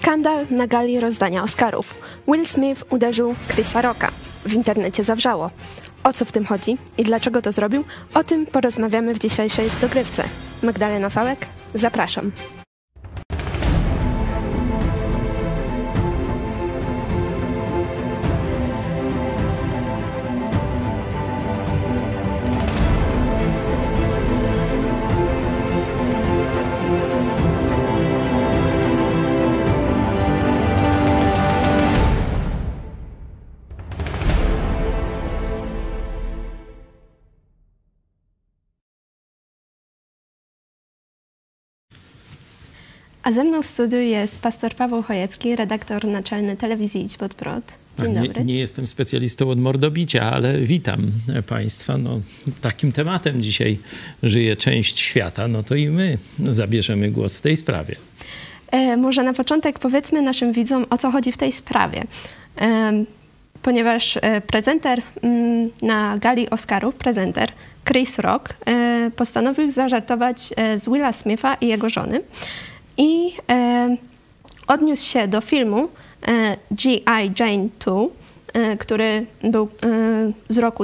Skandal na gali rozdania Oscarów. Will Smith uderzył Chrisa Rocka. W internecie zawrzało. O co w tym chodzi i dlaczego to zrobił? O tym porozmawiamy w dzisiejszej dogrywce. Magdalena Fałek, zapraszam. A ze mną w studiu jest pastor Paweł Chojecki, redaktor naczelny telewizji Idź Pod Prąd. Dzień dobry. Nie jestem specjalistą od mordobicia, ale witam Państwa. Takim tematem dzisiaj żyje część świata, to i my zabierzemy głos w tej sprawie. Może na początek powiedzmy naszym widzom, o co chodzi w tej sprawie. Ponieważ prezenter na gali Oscarów, Chris Rock, postanowił zażartować z Willa Smitha i jego żony. I odniósł się do filmu G.I. Jane 2, który był z roku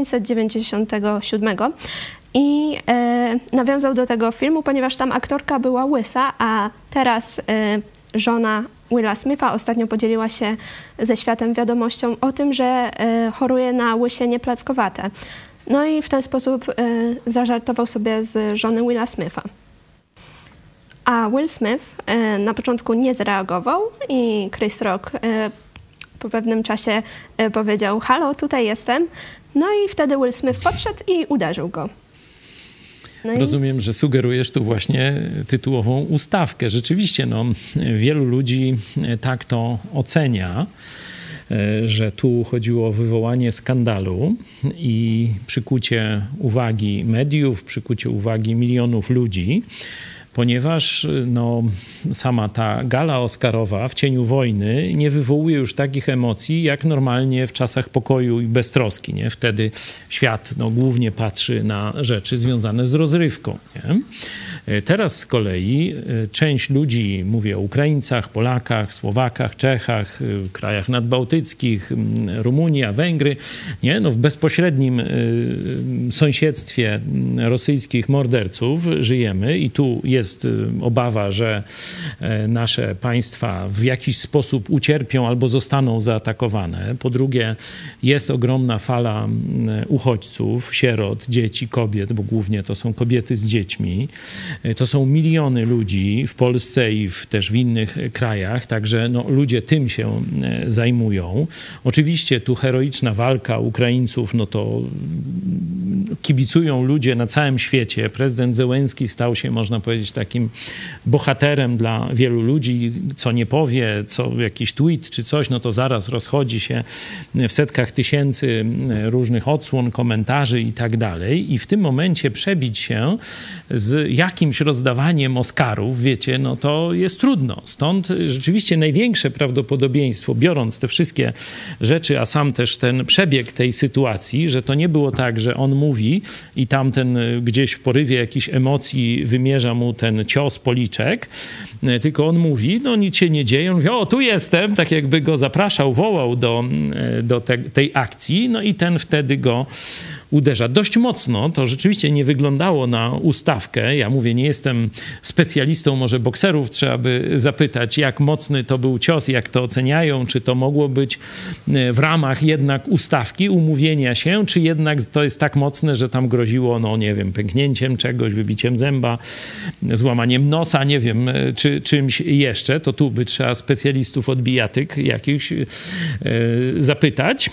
1997 i nawiązał do tego filmu, ponieważ tam aktorka była łysa, a teraz żona Willa Smitha ostatnio podzieliła się ze światem wiadomością o tym, że choruje na łysienie plackowate. No i w ten sposób zażartował sobie z żony Willa Smitha. A Will Smith na początku nie zareagował i Chris Rock po pewnym czasie powiedział: halo, tutaj jestem. No i wtedy Will Smith podszedł i uderzył go. Rozumiem, że sugerujesz tu właśnie tytułową ustawkę. Rzeczywiście, wielu ludzi tak to ocenia, że tu chodziło o wywołanie skandalu i przykucie uwagi mediów, przykucie uwagi milionów ludzi, ponieważ sama ta gala oscarowa w cieniu wojny nie wywołuje już takich emocji, jak normalnie w czasach pokoju i beztroski. Nie? Wtedy świat głównie patrzy na rzeczy związane z rozrywką. Nie? Teraz z kolei część ludzi, mówię o Ukraińcach, Polakach, Słowakach, Czechach, krajach nadbałtyckich, Rumunia, Węgry, nie? W bezpośrednim sąsiedztwie rosyjskich morderców żyjemy i tu jest obawa, że nasze państwa w jakiś sposób ucierpią albo zostaną zaatakowane. Po drugie, jest ogromna fala uchodźców, sierot, dzieci, kobiet, bo głównie to są kobiety z dziećmi. To są miliony ludzi w Polsce i też w innych krajach, także ludzie tym się zajmują. Oczywiście tu heroiczna walka Ukraińców, to kibicują ludzie na całym świecie. Prezydent Zełenski stał się, można powiedzieć, takim bohaterem dla wielu ludzi. Co nie powie, co jakiś tweet czy coś, to zaraz rozchodzi się w setkach tysięcy różnych odsłon, komentarzy i tak dalej. I w tym momencie przebić się z jakimś rozdawaniem Oscarów, wiecie, to jest trudno. Stąd rzeczywiście największe prawdopodobieństwo, biorąc te wszystkie rzeczy, a sam też ten przebieg tej sytuacji, że to nie było tak, że on mówi i tamten gdzieś w porywie jakichś emocji wymierza mu ten cios, policzek, tylko on mówi, nic się nie dzieje, on mówi: o, tu jestem, tak jakby go zapraszał, wołał do tej akcji, i ten wtedy go uderza. Dość mocno, to rzeczywiście nie wyglądało na ustawkę. Ja mówię, nie jestem specjalistą, może bokserów trzeba by zapytać, jak mocny to był cios, jak to oceniają, czy to mogło być w ramach jednak ustawki, umówienia się, czy jednak to jest tak mocne, że tam groziło, nie wiem, pęknięciem czegoś, wybiciem zęba, złamaniem nosa, nie wiem, czy czymś jeszcze. To tu by trzeba specjalistów od bijatyk jakichś zapytać.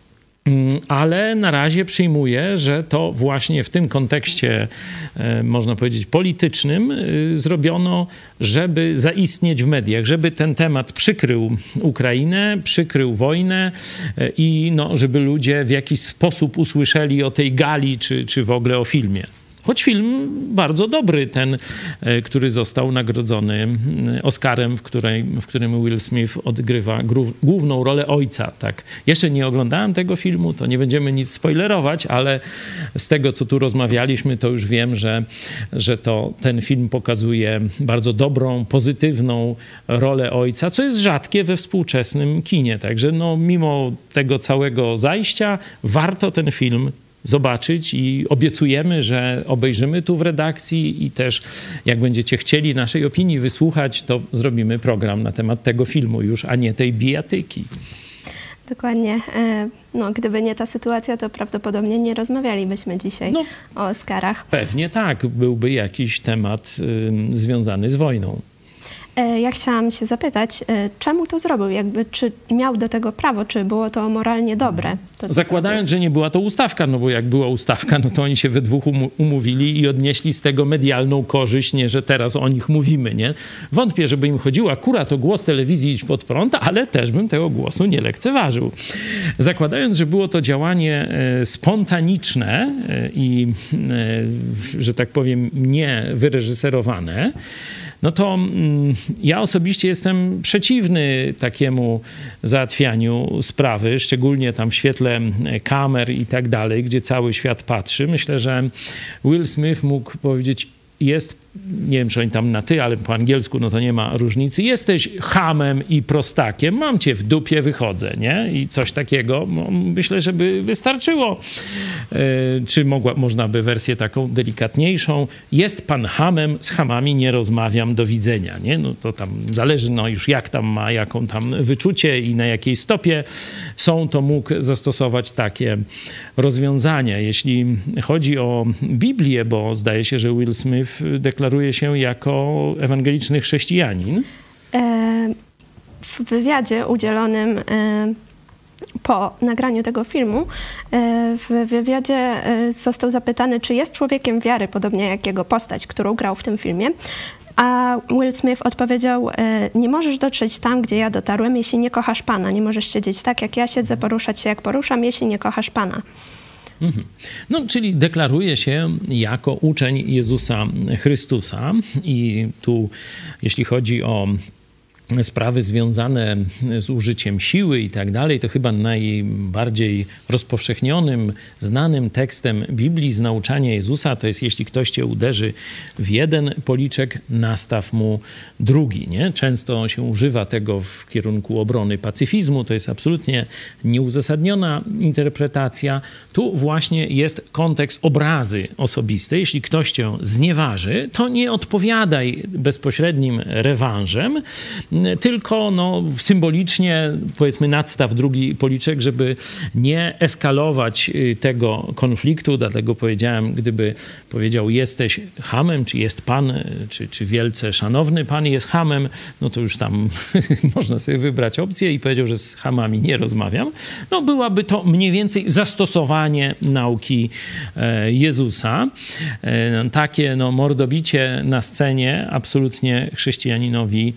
Ale na razie przyjmuję, że to właśnie w tym kontekście, można powiedzieć, politycznym zrobiono, żeby zaistnieć w mediach, żeby ten temat przykrył Ukrainę, przykrył wojnę i żeby ludzie w jakiś sposób usłyszeli o tej gali, czy w ogóle o filmie. Choć film bardzo dobry, ten, który został nagrodzony Oscarem, w którym Will Smith odgrywa główną rolę ojca. Tak. Jeszcze nie oglądałem tego filmu, to nie będziemy nic spoilerować, ale z tego, co tu rozmawialiśmy, to już wiem, że ten film pokazuje bardzo dobrą, pozytywną rolę ojca, co jest rzadkie we współczesnym kinie. Także no, mimo tego całego zajścia warto ten film zobaczyć i obiecujemy, że obejrzymy tu w redakcji i też jak będziecie chcieli naszej opinii wysłuchać, to zrobimy program na temat tego filmu już, a nie tej bijatyki. Dokładnie. No, gdyby nie ta sytuacja, to prawdopodobnie nie rozmawialibyśmy dzisiaj o Oscarach. Pewnie tak, byłby jakiś temat związany z wojną. Ja chciałam się zapytać, czemu to zrobił? Czy miał do tego prawo? Czy było to moralnie dobre? Zakładając, że nie była to ustawka, no bo jak była ustawka, no to oni się we dwóch umówili i odnieśli z tego medialną korzyść, nie, że teraz o nich mówimy, nie? Wątpię, żeby im chodziło akurat o głos telewizji Idź Pod Prąd, ale też bym tego głosu nie lekceważył. Zakładając, że było to działanie spontaniczne i, że tak powiem, nie wyreżyserowane, no to ja osobiście jestem przeciwny takiemu załatwianiu sprawy, szczególnie tam w świetle kamer i tak dalej, gdzie cały świat patrzy. Myślę, że Will Smith mógł powiedzieć, nie wiem, czy oni tam na ty, ale po angielsku no to nie ma różnicy. Jesteś chamem i prostakiem, mam cię w dupie, wychodzę, nie? I coś takiego. No, myślę, że by wystarczyło. Czy można by wersję taką delikatniejszą. Jest pan chamem, z chamami nie rozmawiam, do widzenia, nie? No to tam zależy, no już jak tam ma, jaką tam wyczucie i na jakiej stopie są, to mógł zastosować takie rozwiązania. Jeśli chodzi o Biblię, bo zdaje się, że Will Smith deklaruje się jako ewangeliczny chrześcijanin. W wywiadzie udzielonym po nagraniu tego filmu, w wywiadzie został zapytany, czy jest człowiekiem wiary, podobnie jak jego postać, którą grał w tym filmie. A Will Smith odpowiedział, nie możesz dotrzeć tam, gdzie ja dotarłem, jeśli nie kochasz Pana. Nie możesz siedzieć tak, jak ja siedzę, poruszać się, jak poruszam, jeśli nie kochasz Pana. No, czyli deklaruje się jako uczeń Jezusa Chrystusa i tu, jeśli chodzi o sprawy związane z użyciem siły i tak dalej, to chyba najbardziej rozpowszechnionym, znanym tekstem Biblii z nauczania Jezusa to jest, jeśli ktoś cię uderzy w jeden policzek, nastaw mu drugi, nie? Często się używa tego w kierunku obrony pacyfizmu, to jest absolutnie nieuzasadniona interpretacja. Tu właśnie jest kontekst obrazy osobistej. Jeśli ktoś cię znieważy, to nie odpowiadaj bezpośrednim rewanżem, tylko symbolicznie, powiedzmy, nadstaw drugi policzek, żeby nie eskalować tego konfliktu. Dlatego powiedziałem, gdyby powiedział, jesteś chamem, czy jest pan, czy wielce szanowny pan jest chamem, no to już tam można sobie wybrać opcję i powiedział, że z chamami nie rozmawiam. No byłaby to mniej więcej zastosowanie nauki Jezusa. Takie mordobicie na scenie absolutnie chrześcijaninowi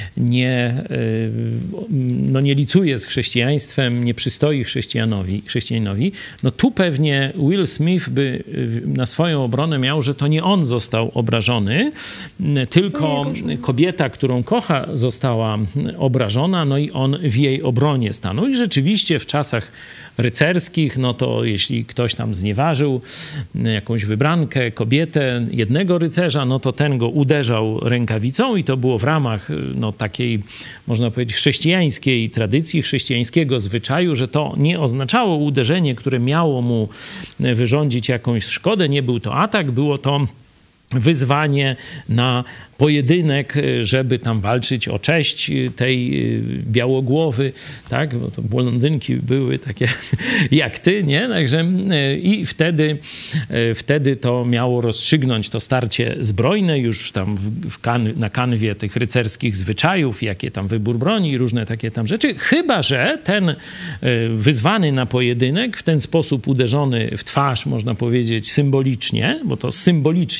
nie licuje z chrześcijaństwem, nie przystoi chrześcijaninowi. No tu pewnie Will Smith by na swoją obronę miał, że to nie on został obrażony, tylko kobieta, którą kocha, została obrażona, no i on w jej obronie stanął. I rzeczywiście w czasach rycerskich, no to jeśli ktoś tam znieważył jakąś wybrankę, kobietę, jednego rycerza, no to ten go uderzał rękawicą i to było w ramach takiej, można powiedzieć, chrześcijańskiej tradycji, chrześcijańskiego zwyczaju, że to nie oznaczało uderzenie, które miało mu wyrządzić jakąś szkodę, nie był to atak, było to wyzwanie na pojedynek, żeby tam walczyć o cześć tej białogłowy, tak, bo to blondynki były takie jak ty, nie? Także i wtedy to miało rozstrzygnąć to starcie zbrojne już tam na kanwie tych rycerskich zwyczajów, jakie tam wybór broni i różne takie tam rzeczy, chyba że ten wyzwany na pojedynek, w ten sposób uderzony w twarz, można powiedzieć symbolicznie, bo to symbolicznie przy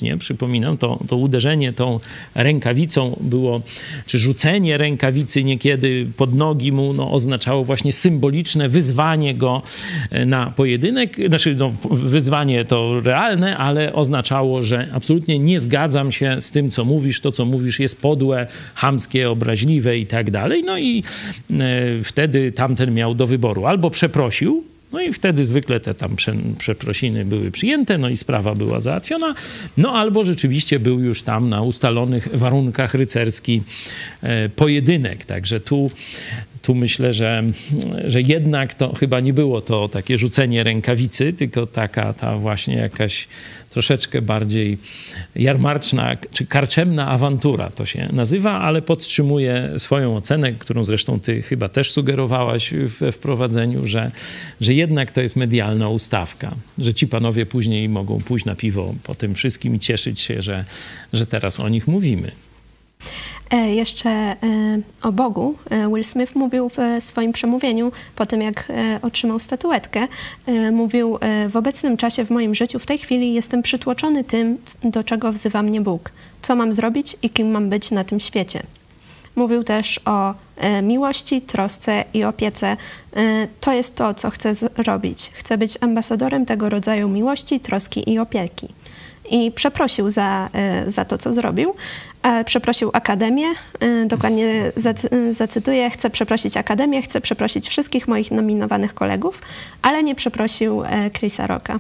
przypominam, to uderzenie tą rękawicą było, czy rzucenie rękawicy niekiedy pod nogi mu oznaczało właśnie symboliczne wyzwanie go na pojedynek. Znaczy wyzwanie to realne, ale oznaczało, że absolutnie nie zgadzam się z tym, co mówisz. To, co mówisz, jest podłe, chamskie, obraźliwe i tak dalej. No i wtedy tamten miał do wyboru. Albo przeprosił, no i wtedy zwykle te tam przeprosiny były przyjęte, no i sprawa była załatwiona. No albo rzeczywiście był już tam na ustalonych warunkach rycerski pojedynek. Także tu myślę, że jednak to chyba nie było to takie rzucenie rękawicy, tylko taka ta właśnie jakaś troszeczkę bardziej jarmarczna czy karczemna awantura to się nazywa, ale podtrzymuję swoją ocenę, którą zresztą ty chyba też sugerowałaś we wprowadzeniu, że jednak to jest medialna ustawka, że ci panowie później mogą pójść na piwo po tym wszystkim i cieszyć się, że teraz o nich mówimy. Jeszcze o Bogu Will Smith mówił w swoim przemówieniu, po tym jak otrzymał statuetkę, mówił: w obecnym czasie w moim życiu, w tej chwili jestem przytłoczony tym, do czego wzywa mnie Bóg. Co mam zrobić i kim mam być na tym świecie. Mówił też o miłości, trosce i opiece. To jest to, co chcę zrobić. Chcę być ambasadorem tego rodzaju miłości, troski i opieki. I przeprosił za to, co zrobił. Przeprosił Akademię, dokładnie zacytuję: chcę przeprosić Akademię, chcę przeprosić wszystkich moich nominowanych kolegów, ale nie przeprosił Chrisa Rocka.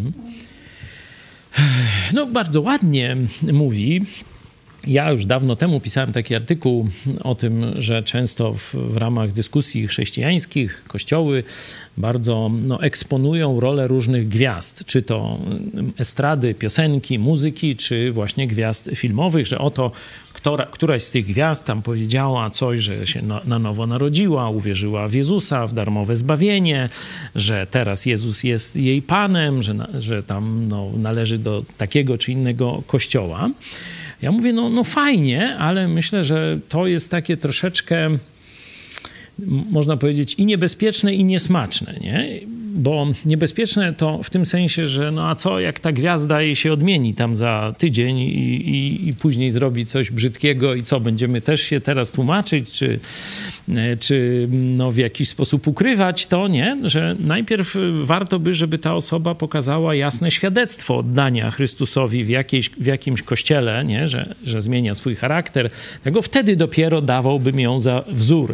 No bardzo ładnie mówi. Ja już dawno temu pisałem taki artykuł o tym, że często w ramach dyskusji chrześcijańskich kościoły bardzo eksponują rolę różnych gwiazd, czy to estrady, piosenki, muzyki, czy właśnie gwiazd filmowych, że oto któraś z tych gwiazd tam powiedziała coś, że się na nowo narodziła, uwierzyła w Jezusa, w darmowe zbawienie, że teraz Jezus jest jej Panem, że tam należy do takiego czy innego kościoła. Ja mówię, no fajnie, ale myślę, że to jest takie troszeczkę, można powiedzieć, i niebezpieczne, i niesmaczne, nie? Bo niebezpieczne to w tym sensie, że a co, jak ta gwiazda jej się odmieni tam za tydzień i później zrobi coś brzydkiego i co, będziemy też się teraz tłumaczyć, czy w jakiś sposób ukrywać to, nie? Że najpierw warto by, żeby ta osoba pokazała jasne świadectwo oddania Chrystusowi w jakimś kościele, nie? Że zmienia swój charakter. Tego wtedy dopiero dawałbym ją za wzór.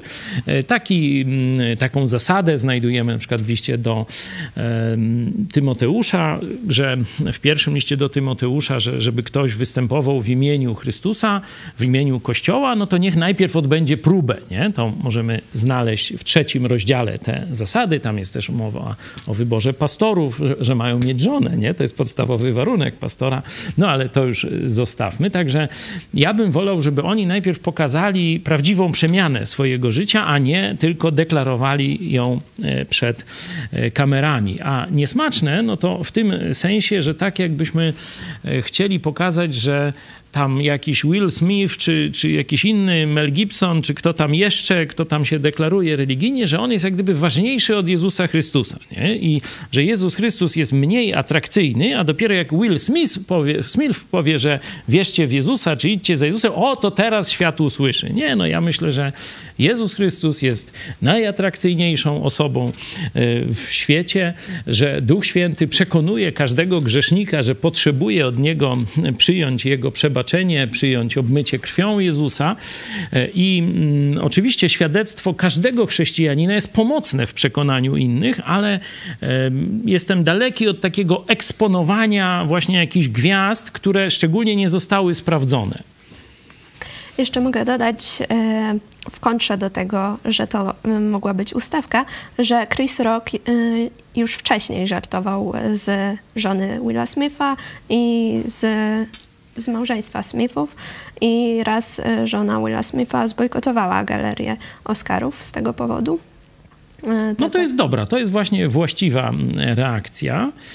Taką zasadę znajdujemy na przykład w liście do Tymoteusza, że w pierwszym liście do Tymoteusza, żeby ktoś występował w imieniu Chrystusa, w imieniu Kościoła, no to niech najpierw odbędzie próbę, nie? To możemy znaleźć w 3 rozdziale te zasady. Tam jest też mowa o wyborze pastorów, że mają mieć żonę, nie? To jest podstawowy warunek pastora. No ale to już zostawmy. Także ja bym wolał, żeby oni najpierw pokazali prawdziwą przemianę swojego życia, a nie tylko deklarowali ją przed kamerami. A niesmaczne, no to w tym sensie, że tak jakbyśmy chcieli pokazać, że tam jakiś Will Smith, czy jakiś inny Mel Gibson, czy kto tam się deklaruje religijnie, że on jest jak gdyby ważniejszy od Jezusa Chrystusa, nie? I że Jezus Chrystus jest mniej atrakcyjny, a dopiero jak Will Smith powie, że wierzcie w Jezusa, czy idźcie za Jezusem, to teraz świat usłyszy. Nie, ja myślę, że Jezus Chrystus jest najatrakcyjniejszą osobą w świecie, że Duch Święty przekonuje każdego grzesznika, że potrzebuje od Niego przyjąć Jego przebaczenie, przyjąć obmycie krwią Jezusa. I oczywiście świadectwo każdego chrześcijanina jest pomocne w przekonaniu innych, ale jestem daleki od takiego eksponowania właśnie jakichś gwiazd, które szczególnie nie zostały sprawdzone. Jeszcze mogę dodać w kontrze do tego, że to mogła być ustawka, że Chris Rock już wcześniej żartował z żony Willa Smitha i z małżeństwa Smithów i raz żona Willa Smitha zbojkotowała galerię Oscarów z tego powodu. To jest dobra, to jest właśnie właściwa reakcja.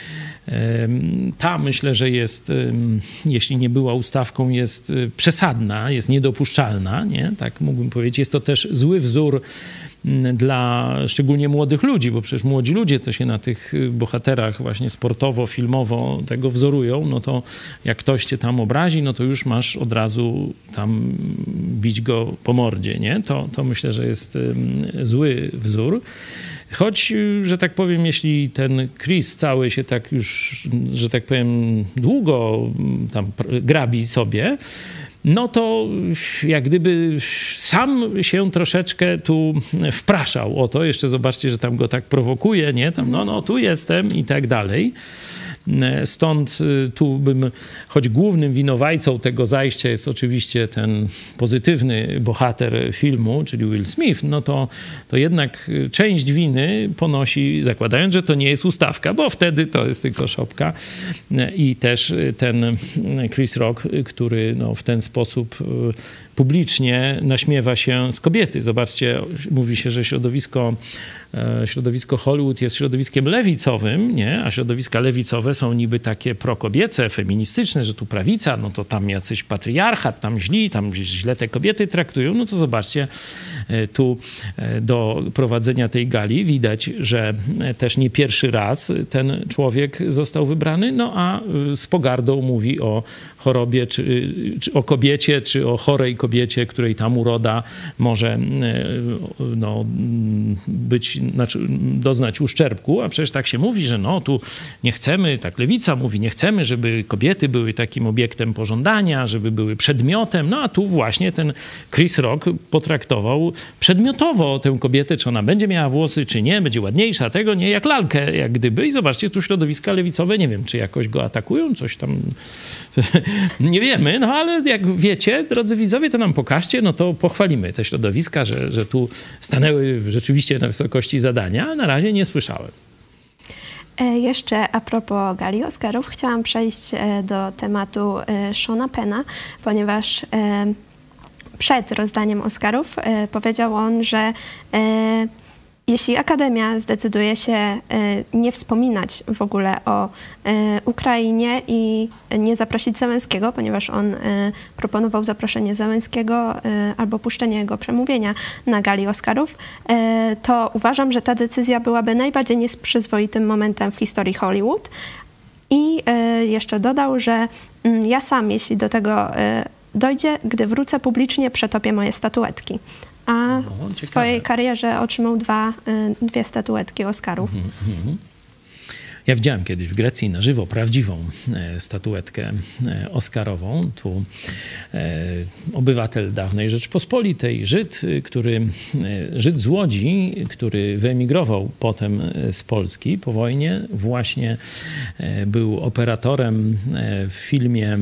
Ta myślę, że jest, jeśli nie była ustawką, jest przesadna, jest niedopuszczalna, nie? Tak mógłbym powiedzieć. Jest to też zły wzór dla szczególnie młodych ludzi, bo przecież młodzi ludzie to się na tych bohaterach właśnie sportowo, filmowo tego wzorują, no to jak ktoś cię tam obrazi, no to już masz od razu tam bić go po mordzie, nie? To myślę, że jest zły wzór. Choć, że tak powiem, jeśli ten Chris cały się tak już, że tak powiem, długo tam grabi sobie, no to jak gdyby sam się troszeczkę tu wpraszał o to. Jeszcze zobaczcie, że tam go tak prowokuje, nie? Tam no tu jestem i tak dalej. Stąd tu bym, choć głównym winowajcą tego zajścia jest oczywiście ten pozytywny bohater filmu, czyli Will Smith, no to jednak część winy ponosi, zakładając, że to nie jest ustawka, bo wtedy to jest tylko szopka, i też ten Chris Rock, który no, w ten sposób publicznie naśmiewa się z kobiety. Zobaczcie, mówi się, że środowisko Hollywood jest środowiskiem lewicowym, nie? A środowiska lewicowe są niby takie prokobiece, feministyczne, że tu prawica, no to tam jacyś patriarchat, tam źli, tam źle te kobiety traktują. No to zobaczcie, tu do prowadzenia tej gali widać, że też nie pierwszy raz ten człowiek został wybrany, no a z pogardą mówi o chorobie, czy o kobiecie, czy o chorej kobiecie, której tam uroda może no, doznać uszczerbku, a przecież tak się mówi, że no tu nie chcemy, tak lewica mówi, nie chcemy, żeby kobiety były takim obiektem pożądania, żeby były przedmiotem, no a tu właśnie ten Chris Rock potraktował przedmiotowo tę kobietę, czy ona będzie miała włosy, czy nie, będzie ładniejsza, tego nie, jak lalkę, jak gdyby. I zobaczcie, tu środowiska lewicowe, nie wiem, czy jakoś go atakują, coś tam nie wiemy, no ale jak wiecie, drodzy widzowie, to nam pokażcie, no to pochwalimy te środowiska, że tu stanęły rzeczywiście na wysokości zadania, a na razie nie słyszałem. Jeszcze a propos gali Oscarów, chciałam przejść do tematu Seana Penna, ponieważ przed rozdaniem Oscarów powiedział on, że jeśli Akademia zdecyduje się nie wspominać w ogóle o Ukrainie i nie zaprosić Zełenskiego, ponieważ on proponował zaproszenie Zełenskiego albo puszczenie jego przemówienia na gali Oscarów, to uważam, że ta decyzja byłaby najbardziej nieprzyzwoitym momentem w historii Hollywood. I jeszcze dodał, że ja sam, jeśli do tego dojdzie, gdy wrócę publicznie, przetopię moje statuetki. A w swojej karierze otrzymał dwie statuetki Oscarów. Ja widziałem kiedyś w Grecji na żywo prawdziwą statuetkę oscarową. Tu obywatel dawnej Rzeczpospolitej, Żyd z Łodzi, który wyemigrował potem z Polski po wojnie, właśnie był operatorem w filmie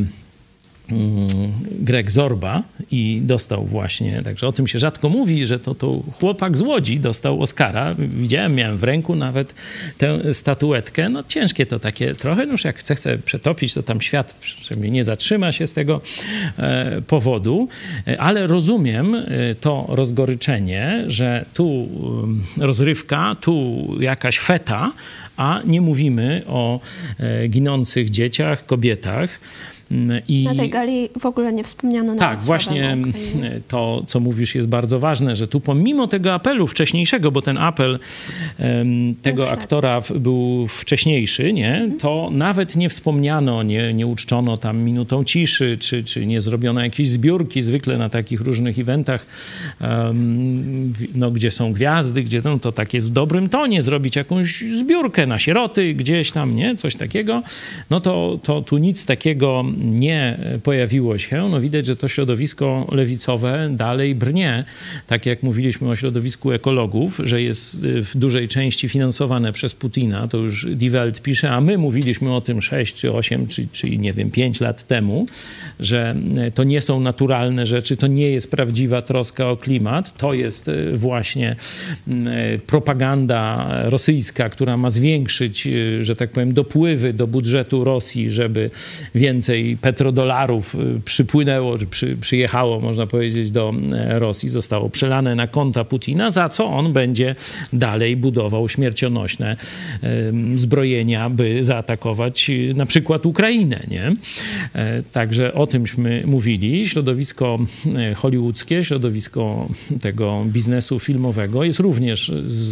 Greg Zorba i dostał właśnie, także o tym się rzadko mówi, że to chłopak z Łodzi dostał Oscara. Widziałem, miałem w ręku nawet tę statuetkę. No ciężkie to takie trochę, no już jak chce przetopić, to tam świat przynajmniej nie zatrzyma się z tego powodu, ale rozumiem to rozgoryczenie, że tu rozrywka, tu jakaś feta, a nie mówimy o ginących dzieciach, kobietach. Na tej gali w ogóle nie wspomniano nawet tak, właśnie to, co mówisz, jest bardzo ważne, że tu pomimo tego apelu wcześniejszego, bo ten apel tego aktora był wcześniejszy, nie? To nawet nie wspomniano, nie uczczono tam minutą ciszy, czy nie zrobiono jakiejś zbiórki. Zwykle na takich różnych eventach, no, gdzie są gwiazdy, gdzie to tak jest w dobrym tonie, zrobić jakąś zbiórkę na sieroty gdzieś tam, nie? Coś takiego. No to tu nic takiego nie pojawiło się. No widać, że to środowisko lewicowe dalej brnie. Tak jak mówiliśmy o środowisku ekologów, że jest w dużej części finansowane przez Putina, to już Die Welt pisze, a my mówiliśmy o tym 6 czy 8 czy nie wiem 5 lat temu, że to nie są naturalne rzeczy, to nie jest prawdziwa troska o klimat, to jest właśnie propaganda rosyjska, która ma zwiększyć, że tak powiem, dopływy do budżetu Rosji, żeby więcej tutaj petrodolarów przypłynęło, czy przyjechało, można powiedzieć, do Rosji, zostało przelane na konta Putina, za co on będzie dalej budował śmiercionośne zbrojenia, by zaatakować na przykład Ukrainę, nie? Także o tymśmy mówili. Środowisko hollywoodzkie, środowisko tego biznesu filmowego jest również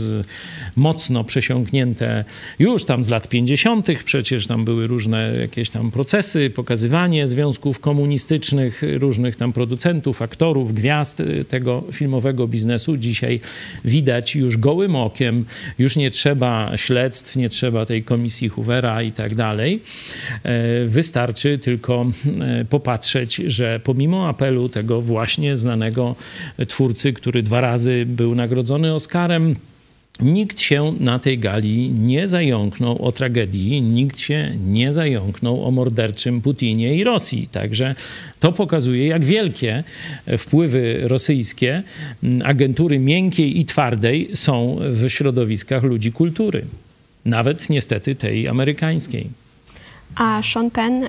mocno przesiąknięte już tam z lat 50. Przecież tam były różne jakieś tam procesy, pokazywanie związków komunistycznych, różnych tam producentów, aktorów, gwiazd tego filmowego biznesu. Dzisiaj widać już gołym okiem, już nie trzeba śledztw, nie trzeba tej komisji Hoovera i tak dalej. Wystarczy tylko popatrzeć, że pomimo apelu tego właśnie znanego twórcy, który 2 razy był nagrodzony Oscarem, nikt się na tej gali nie zająknął o tragedii, nikt się nie zająknął o morderczym Putinie i Rosji. Także to pokazuje, jak wielkie wpływy rosyjskie, agentury miękkiej i twardej są w środowiskach ludzi kultury. Nawet niestety tej amerykańskiej. A Sean Penn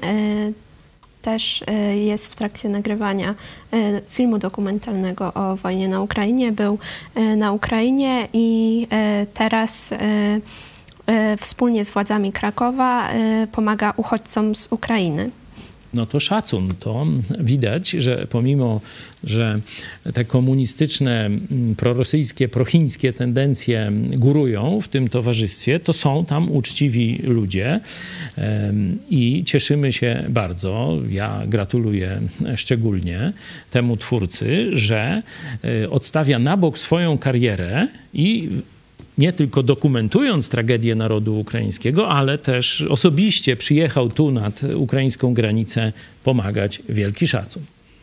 też jest w trakcie nagrywania filmu dokumentalnego o wojnie na Ukrainie. Był na Ukrainie i teraz wspólnie z władzami Krakowa pomaga uchodźcom z Ukrainy. No to szacun. To widać, że pomimo, że te komunistyczne, prorosyjskie, prochińskie tendencje górują w tym towarzystwie, to są tam uczciwi ludzie i cieszymy się bardzo. Ja gratuluję szczególnie temu twórcy, że odstawia na bok swoją karierę i nie tylko dokumentując tragedię narodu ukraińskiego, ale też osobiście przyjechał tu nad ukraińską granicę pomagać. Wielki szacun.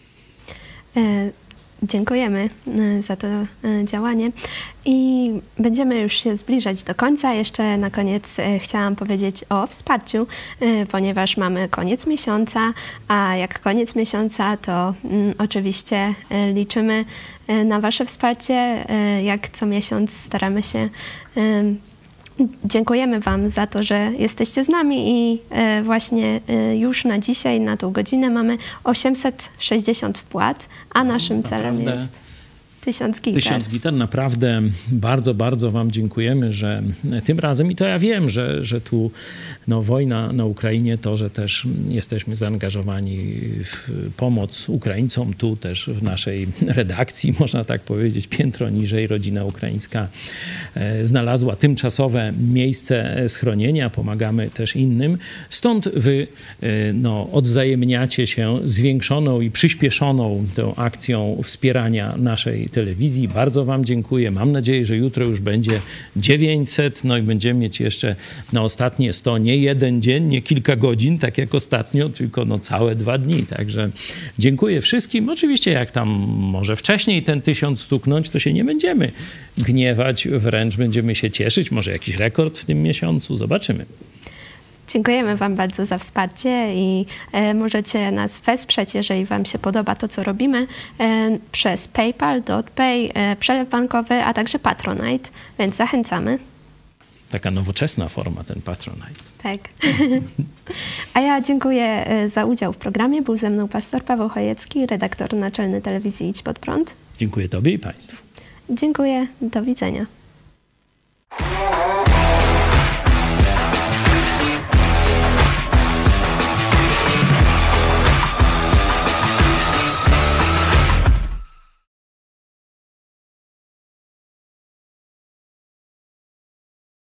Dziękujemy za to działanie i będziemy już się zbliżać do końca. Jeszcze na koniec chciałam powiedzieć o wsparciu, ponieważ mamy koniec miesiąca, a jak koniec miesiąca, to oczywiście liczymy na Wasze wsparcie. Jak co miesiąc staramy się. Dziękujemy Wam za to, że jesteście z nami i właśnie już na dzisiaj, na tą godzinę mamy 860 wpłat, a naszym celem jest 1000 gitar. 1000 gitar. Naprawdę bardzo, bardzo Wam dziękujemy, że tym razem, i to ja wiem, że tu wojna na Ukrainie, to, że też jesteśmy zaangażowani w pomoc Ukraińcom, tu też w naszej redakcji, można tak powiedzieć, piętro niżej, Rodzina Ukraińska znalazła tymczasowe miejsce schronienia, pomagamy też innym. Stąd Wy odwzajemniacie się zwiększoną i przyspieszoną tą akcją wspierania naszej telewizji. Bardzo Wam dziękuję. Mam nadzieję, że jutro już będzie 900, no i będziemy mieć jeszcze na ostatnie 100, nie jeden dzień, nie kilka godzin, tak jak ostatnio, tylko całe 2 dni. Także dziękuję wszystkim. Oczywiście jak tam może wcześniej ten 1000 stuknąć, to się nie będziemy gniewać, wręcz będziemy się cieszyć. Może jakiś rekord w tym miesiącu. Zobaczymy. Dziękujemy Wam bardzo za wsparcie i możecie nas wesprzeć, jeżeli Wam się podoba to, co robimy, przez PayPal, DotPay, przelew bankowy, a także Patronite, więc zachęcamy. Taka nowoczesna forma, ten Patronite. Tak. A ja dziękuję za udział w programie. Był ze mną pastor Paweł Chojecki, redaktor naczelny telewizji Idź Pod Prąd. Dziękuję Tobie i Państwu. Dziękuję. Do widzenia.